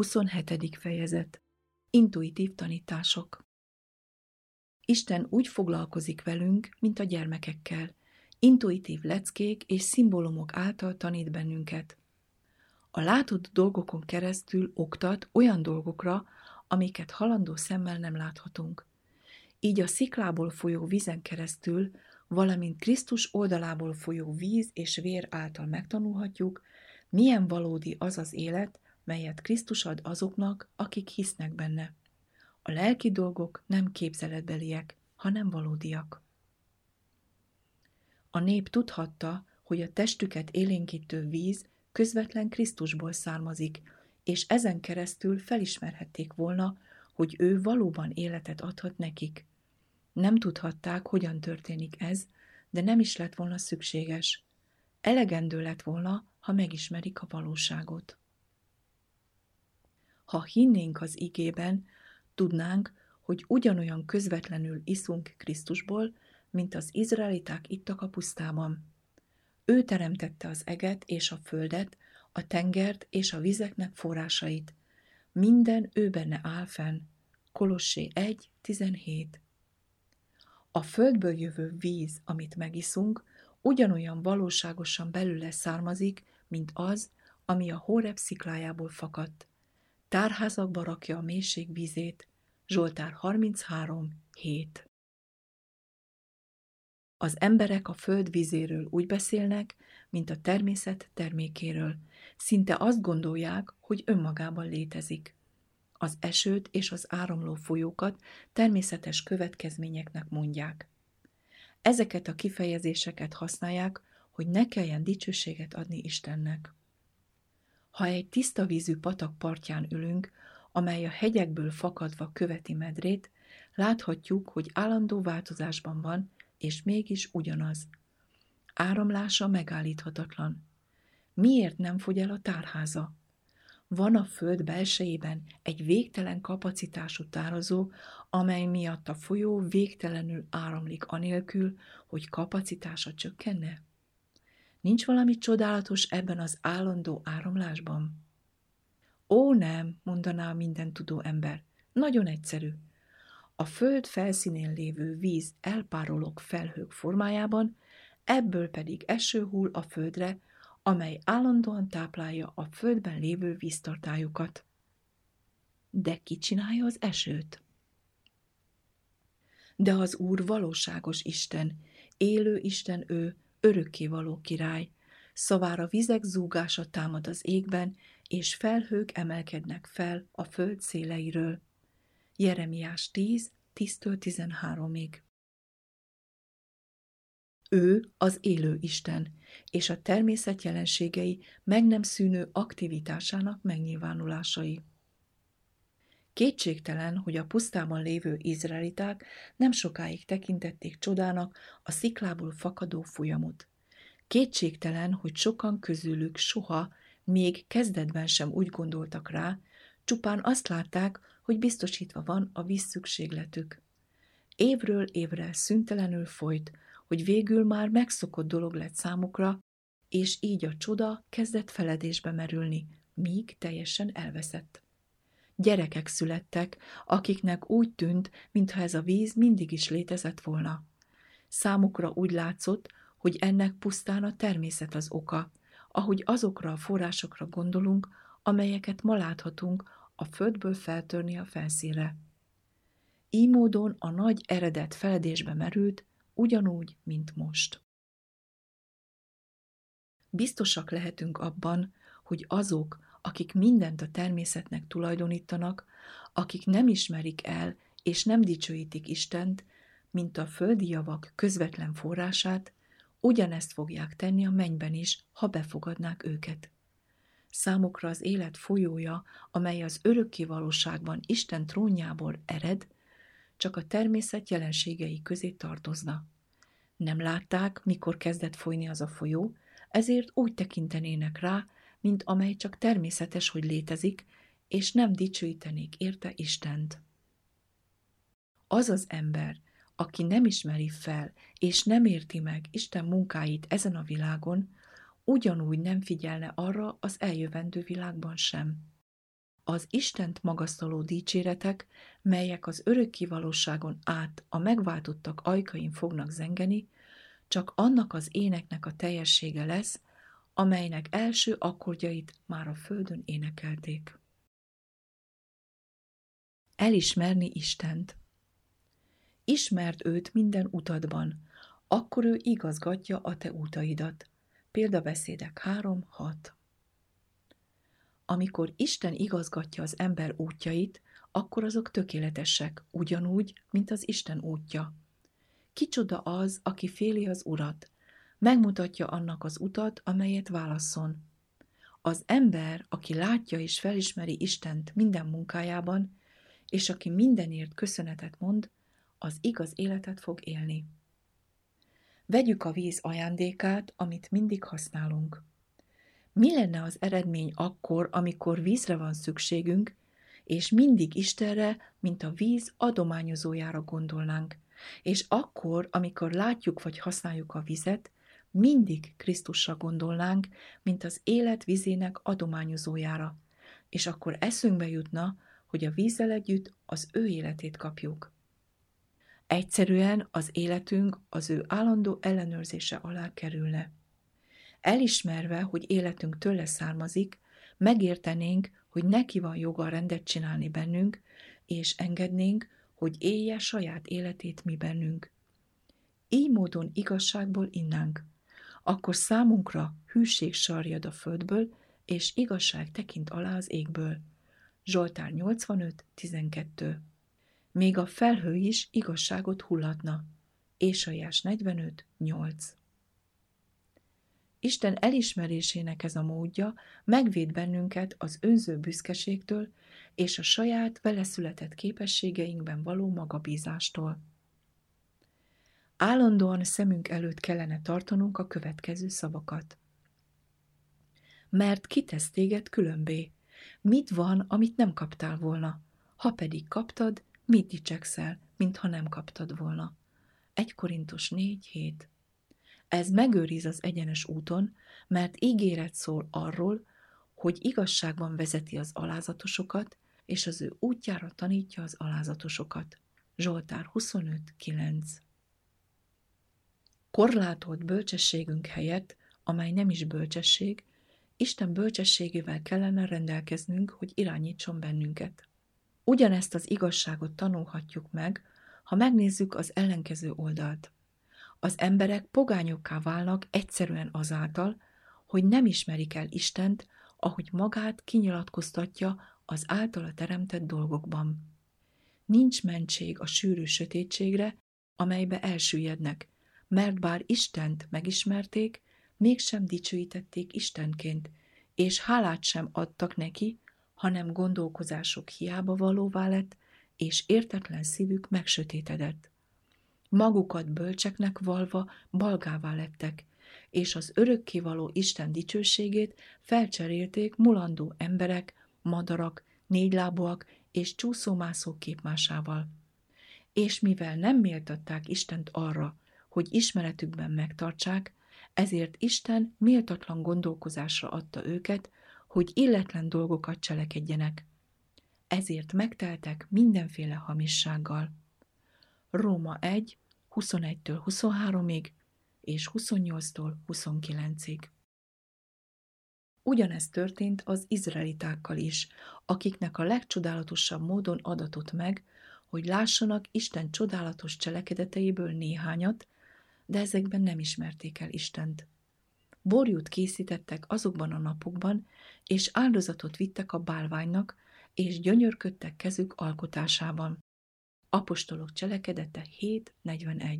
27. fejezet. Intuitív tanítások. Isten úgy foglalkozik velünk, mint a gyermekekkel. Intuitív leckék és szimbólumok által tanít bennünket. A látott dolgokon keresztül oktat olyan dolgokra, amiket halandó szemmel nem láthatunk. Így a sziklából folyó vízen keresztül, valamint Krisztus oldalából folyó víz és vér által megtanulhatjuk, milyen valódi az az élet, melyet Krisztus ad azoknak, akik hisznek benne. A lelki dolgok nem képzeletbeliek, hanem valódiak. A nép tudhatta, hogy a testüket élénkítő víz közvetlen Krisztusból származik, és ezen keresztül felismerhették volna, hogy ő valóban életet adhat nekik. Nem tudhatták, hogyan történik ez, de nem is lett volna szükséges. Elegendő lett volna, ha megismerik a valóságot. Ha hinnénk az igében, tudnánk, hogy ugyanolyan közvetlenül iszunk Krisztusból, mint az izraeliták ittak a pusztában. Ő teremtette az eget és a földet, a tengert és a vizeknek forrásait. Minden ő benne áll fenn. Kolossé 1.17. A földből jövő víz, amit megiszunk, ugyanolyan valóságosan belőle származik, mint az, ami a Hóreb sziklájából fakadt. Tárházakba rakja a mélység vízét. Zsoltár 33.7. Az emberek a föld vízéről úgy beszélnek, mint a természet termékéről. Szinte azt gondolják, hogy önmagában létezik. Az esőt és az áramló folyókat természetes következményeknek mondják. Ezeket a kifejezéseket használják, hogy ne kelljen dicsőséget adni Istennek. Ha egy tiszta vízű patak partján ülünk, amely a hegyekből fakadva követi medrét, láthatjuk, hogy állandó változásban van, és mégis ugyanaz. Áramlása megállíthatatlan. Miért nem fogy el a tárháza? Van a föld belsejében egy végtelen kapacitású tározó, amely miatt a folyó végtelenül áramlik anélkül, hogy kapacitása csökkenne? Nincs valami csodálatos ebben az állandó áramlásban? Ó, nem, mondaná a mindentudó ember. Nagyon egyszerű. A föld felszínén lévő víz elpárolog felhők formájában, ebből pedig eső hull a földre, amely állandóan táplálja a földben lévő víztartályokat. De ki csinálja az esőt? De az Úr valóságos Isten, élő Isten ő, örökkévaló király. Szavára vizek zúgása támad az égben, és felhők emelkednek fel a föld széleiről. Jeremiás 10, 10-13-ig. Ő az élő Isten, és a természet jelenségei meg nem szűnő aktivitásának megnyilvánulásai. Kétségtelen, hogy a pusztában lévő izraeliták nem sokáig tekintették csodának a sziklából fakadó folyamot. Kétségtelen, hogy sokan közülük soha, még kezdetben sem úgy gondoltak rá, csupán azt látták, hogy biztosítva van a vízszükségletük. Évről évre szüntelenül folyt, hogy végül már megszokott dolog lett számukra, és így a csoda kezdett feledésbe merülni, míg teljesen elveszett. Gyerekek születtek, akiknek úgy tűnt, mintha ez a víz mindig is létezett volna. Számukra úgy látszott, hogy ennek pusztán a természet az oka, ahogy azokra a forrásokra gondolunk, amelyeket ma láthatunk a földből feltörni a felszínre. Így módon a nagy eredet feledésbe merült, ugyanúgy, mint most. Biztosak lehetünk abban, hogy azok, akik mindent a természetnek tulajdonítanak, akik nem ismerik el és nem dicsőítik Istent, mint a földi javak közvetlen forrását, ugyanezt fogják tenni a mennyben is, ha befogadnák őket. Számukra az élet folyója, amely az örökké valóságban Isten trónjából ered, csak a természet jelenségei közé tartozna. Nem látták, mikor kezdett folyni az a folyó, ezért úgy tekintenének rá, mint amely csak természetes, hogy létezik, és nem dicsőítenék érte Istent. Az az ember, aki nem ismeri fel, és nem érti meg Isten munkáit ezen a világon, ugyanúgy nem figyelne arra az eljövendő világban sem. Az Istent magasztaló dicséretek, melyek az örökké valóságon át a megváltottak ajkain fognak zengeni, csak annak az éneknek a teljessége lesz, amelynek első akkordjait már a földön énekelték. Elismerni Istent. Ismerd őt minden utadban, akkor ő igazgatja a te útaidat. Példabeszédek 3.6. Amikor Isten igazgatja az ember útjait, akkor azok tökéletesek, ugyanúgy, mint az Isten útja. Kicsoda az, aki féli az Urat? Megmutatja annak az utat, amelyet válasszon. Az ember, aki látja és felismeri Istent minden munkájában, és aki mindenért köszönetet mond, az igaz életet fog élni. Vegyük a víz ajándékát, amit mindig használunk. Mi lenne az eredmény akkor, amikor vízre van szükségünk, és mindig Istenre, mint a víz adományozójára gondolnánk, és akkor, amikor látjuk vagy használjuk a vizet, mindig Krisztusra gondolnánk, mint az élet vizének adományozójára, és akkor eszünkbe jutna, hogy a vízzel együtt az ő életét kapjuk. Egyszerűen az életünk az ő állandó ellenőrzése alá kerülne. Elismerve, hogy életünk tőle származik, megértenénk, hogy neki van joga rendet csinálni bennünk, és engednénk, hogy élje saját életét mi bennünk. Így módon igazságból innánk. Akkor számunkra hűség sarjad a földből, és igazság tekint alá az égből. Zsoltár 85.12. Még a felhő is igazságot hullatna. Ésaiás 45.8. Isten elismerésének ez a módja megvéd bennünket az önző büszkeségtől és a saját vele született képességeinkben való magabízástól. Állandóan szemünk előtt kellene tartanunk a következő szavakat. Mert kitesz téged különbé? Mit van, amit nem kaptál volna? Ha pedig kaptad, mit dicsekszel, mintha nem kaptad volna? 1 Korintus 4.7. Ez megőriz az egyenes úton, mert ígéret szól arról, hogy igazságban vezeti az alázatosokat, és az ő útjára tanítja az alázatosokat. Zsoltár 25.9. Korlátolt bölcsességünk helyett, amely nem is bölcsesség, Isten bölcsességével kellene rendelkeznünk, hogy irányítson bennünket. Ugyanezt az igazságot tanulhatjuk meg, ha megnézzük az ellenkező oldalt. Az emberek pogányokká válnak egyszerűen azáltal, hogy nem ismerik el Istent, ahogy magát kinyilatkoztatja az általa teremtett dolgokban. Nincs mentség a sűrű sötétségre, amelybe elsüllyednek, mert bár Istent megismerték, mégsem dicsőítették Istenként, és hálát sem adtak neki, hanem gondolkozások hiába valóvá lett, és értetlen szívük megsötétedett. Magukat bölcseknek valva balgává lettek, és az örökkévaló Isten dicsőségét felcserélték mulandó emberek, madarak, négylábúak és csúszómászók képmásával. És mivel nem méltatták Istent arra, hogy ismeretükben megtartsák, ezért Isten méltatlan gondolkozásra adta őket, hogy illetlen dolgokat cselekedjenek. Ezért megteltek mindenféle hamissággal. Róma 1, 21-től 23-ig és 28-tól 29-ig. Ugyanezt történt az izraelitákkal is, akiknek a legcsodálatosabb módon adatott meg, hogy lássanak Isten csodálatos cselekedeteiből néhányat, de ezekben nem ismerték el Istent. Borjút készítettek azokban a napokban, és áldozatot vittek a bálványnak, és gyönyörködtek kezük alkotásában. Apostolok cselekedete 7.41.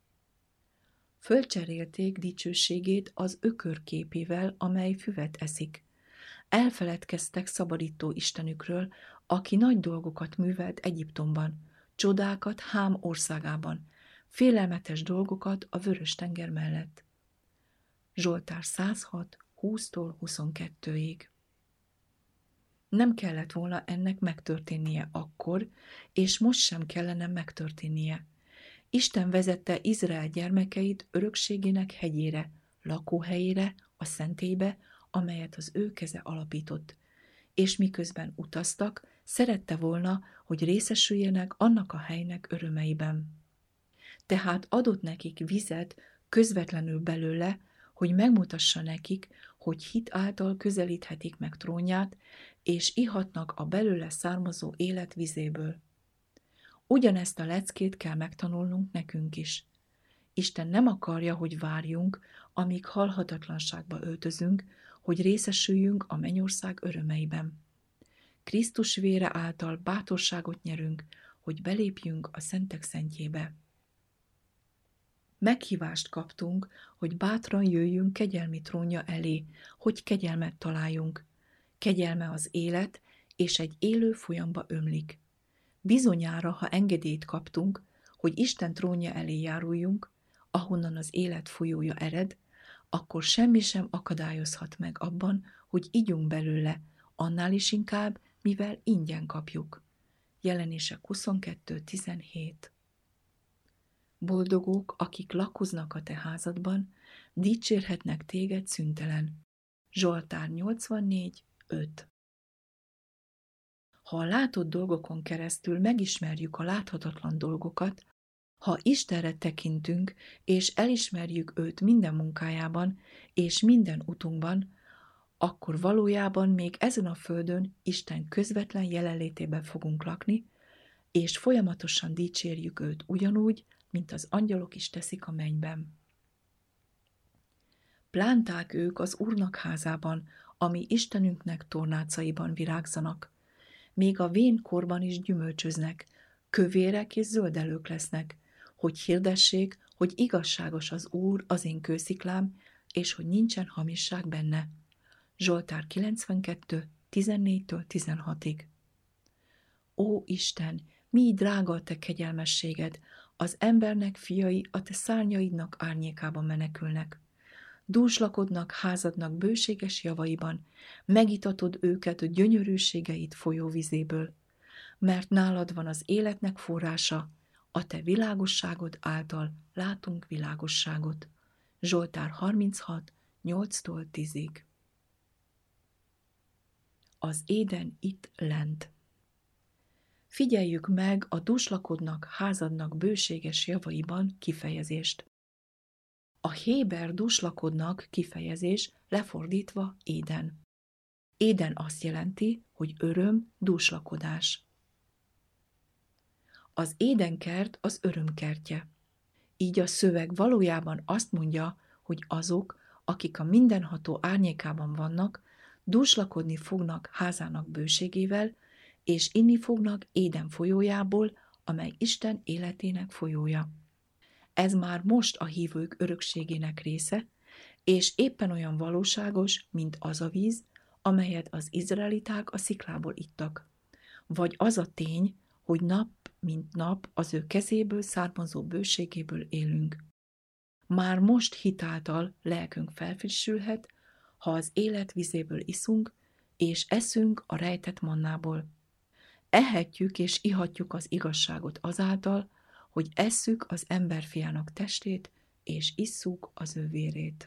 Fölcserélték dicsőségét az ökör képével, amely füvet eszik. Elfeledkeztek szabadító Istenükről, aki nagy dolgokat művelt Egyiptomban, csodákat Hám országában, félelmetes dolgokat a Vörös-tenger mellett. Zsoltár 106, 20-tól 22-ig. Nem kellett volna ennek megtörténnie akkor, és most sem kellene megtörténnie. Isten vezette Izrael gyermekeit örökségének hegyére, lakóhelyére, a szentélybe, amelyet az ő keze alapított. és miközben utaztak, szerette volna, hogy részesüljenek annak a helynek örömeiben. Tehát adott nekik vizet közvetlenül belőle, hogy megmutassa nekik, hogy hit által közelíthetik meg trónját, és ihatnak a belőle származó élet vizéből. Ugyanezt a leckét kell megtanulnunk nekünk is. Isten nem akarja, hogy várjunk, amíg halhatatlanságba öltözünk, hogy részesüljünk a mennyország örömeiben. Krisztus vére által bátorságot nyerünk, hogy belépjünk a szentek szentjébe. Meghívást kaptunk, hogy bátran jöjjünk kegyelmi trónja elé, hogy kegyelmet találjunk. Kegyelme az élet, és egy élő folyamba ömlik. Bizonyára, ha engedélyt kaptunk, hogy Isten trónja elé járuljunk, ahonnan az élet folyója ered, akkor semmi sem akadályozhat meg abban, hogy igyunk belőle, annál is inkább, mivel ingyen kapjuk. Jelenések 22.17. Boldogok, akik lakoznak a te házadban, dicsérhetnek téged szüntelen. Zsoltár 84.5. Ha a látott dolgokon keresztül megismerjük a láthatatlan dolgokat, ha Istenre tekintünk, és elismerjük őt minden munkájában és minden utunkban, akkor valójában még ezen a földön Isten közvetlen jelenlétében fogunk lakni, és folyamatosan dicsérjük őt ugyanúgy, mint az angyalok is teszik a mennyben. Plánták ők az Úrnak házában, ami Istenünknek tornácaiban virágzanak. Még a vén korban is gyümölcsöznek, kövérek és zöldelők lesznek, hogy hirdessék, hogy igazságos az Úr, az én kősziklám, és hogy nincsen hamisság benne. Zsoltár 92, 14-től 16-ig. Ó Isten, mi drága a te kegyelmességed, az embernek fiai a te szárnyaidnak árnyékában menekülnek. Dúslakodnak házadnak bőséges javaiban, megitatod őket a gyönyörűségeid folyóvizéből, mert nálad van az életnek forrása, a te világosságod által látunk világosságot. Zsoltár 36, 8-tól 10-ig. Az Éden itt lent. Figyeljük meg a dúslakodnak házadnak bőséges javaiban kifejezést. A héber dúslakodnak kifejezés lefordítva Éden. Éden azt jelenti, hogy öröm, dúslakodás. Az Édenkert az örömkertje. Így a szöveg valójában azt mondja, hogy azok, akik a mindenható árnyékában vannak, dúslakodni fognak házának bőségével, és inni fognak Éden folyójából, amely Isten életének folyója. Ez már most a hívők örökségének része, és éppen olyan valóságos, mint az a víz, amelyet az izraeliták a sziklából ittak. Vagy az a tény, hogy nap mint nap az ő kezéből származó bőségéből élünk. Már most hitáltal lelkünk felfrissülhet, ha az élet vizéből iszunk, és eszünk a rejtett mannából. Ehetjük és ihatjuk az igazságot azáltal, hogy esszük az emberfiának testét, és isszuk az ő vérét.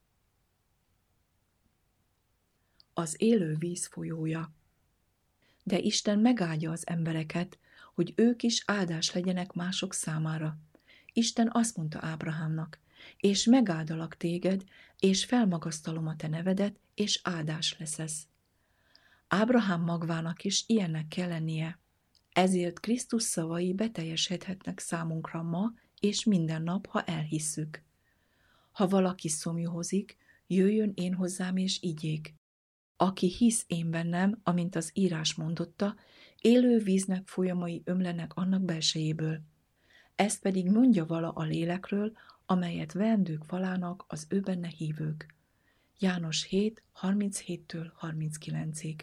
Az élő víz folyója. De Isten megáldja az embereket, hogy ők is áldás legyenek mások számára. Isten azt mondta Ábrahámnak, és megáldalak téged, és felmagasztalom a te nevedet, és áldás leszesz. Ábrahám magvának is ilyennek kell lennie. Ezért Krisztus szavai beteljesedhetnek számunkra ma és minden nap, ha elhisszük. Ha valaki szomjuhozik, jöjjön én hozzám és igyék. Aki hisz én bennem, amint az írás mondotta, élő víznek folyamai ömlenek annak belsejéből. Ezt pedig mondja vala a lélekről, amelyet veendők valának az ő benne hívők. János 7, 37-től 39-ig.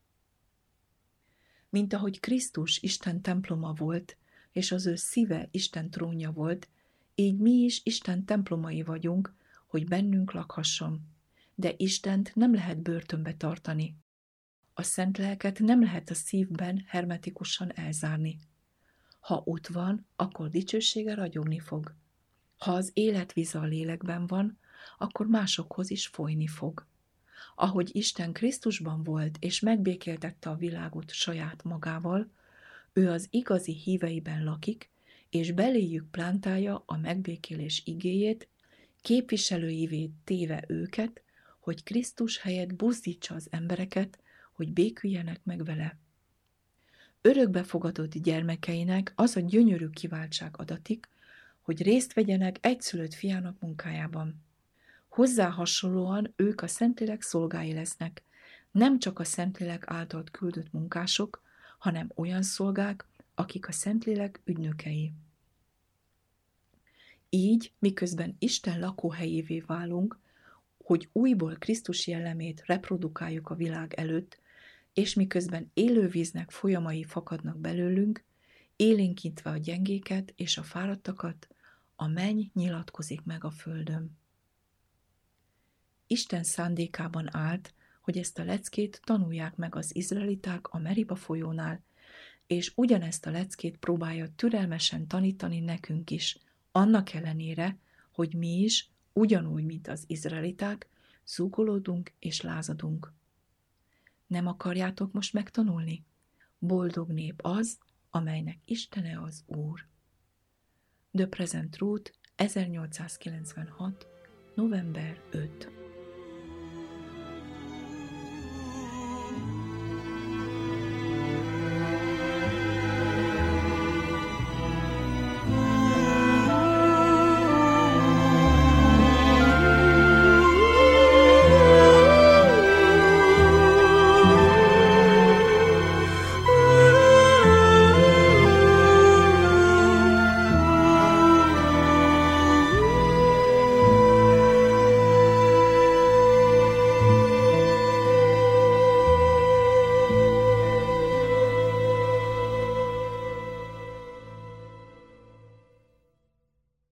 Mint ahogy Krisztus Isten temploma volt, és az ő szíve Isten trónja volt, így mi is Isten templomai vagyunk, hogy bennünk lakhasson. De Istent nem lehet börtönbe tartani. A szent lelket nem lehet a szívben hermetikusan elzárni. Ha ott van, akkor dicsősége ragyogni fog. Ha az életvíz a lélekben van, akkor másokhoz is folyni fog. Ahogy Isten Krisztusban volt, és megbékéltette a világot saját magával, ő az igazi híveiben lakik, és beléjük plántálja a megbékélés igéjét, képviselőivé téve őket, hogy Krisztus helyett buzdítsa az embereket, hogy béküljenek meg vele. Örökbefogadott gyermekeinek az a gyönyörű kiváltság adatik, hogy részt vegyenek egyszülött fiának munkájában. Hozzá hasonlóan ők a Szentlélek szolgái lesznek, nem csak a Szentlélek által küldött munkások, hanem olyan szolgák, akik a Szentlélek ügynökei. Így, miközben Isten lakóhelyévé válunk, hogy újból Krisztus jellemét reprodukáljuk a világ előtt, és miközben élővíznek folyamai fakadnak belőlünk, élénkítve a gyengéket és a fáradtakat, a menny nyilatkozik meg a földön. Isten szándékában állt, hogy ezt a leckét tanulják meg az izraeliták a Meriba folyónál, és ugyanezt a leckét próbálja türelmesen tanítani nekünk is, annak ellenére, hogy mi is, ugyanúgy, mint az izraeliták, zúgolódunk és lázadunk. Nem akarjátok most megtanulni? Boldog nép az, amelynek Istene az Úr. The Present Truth, 1896. november 5.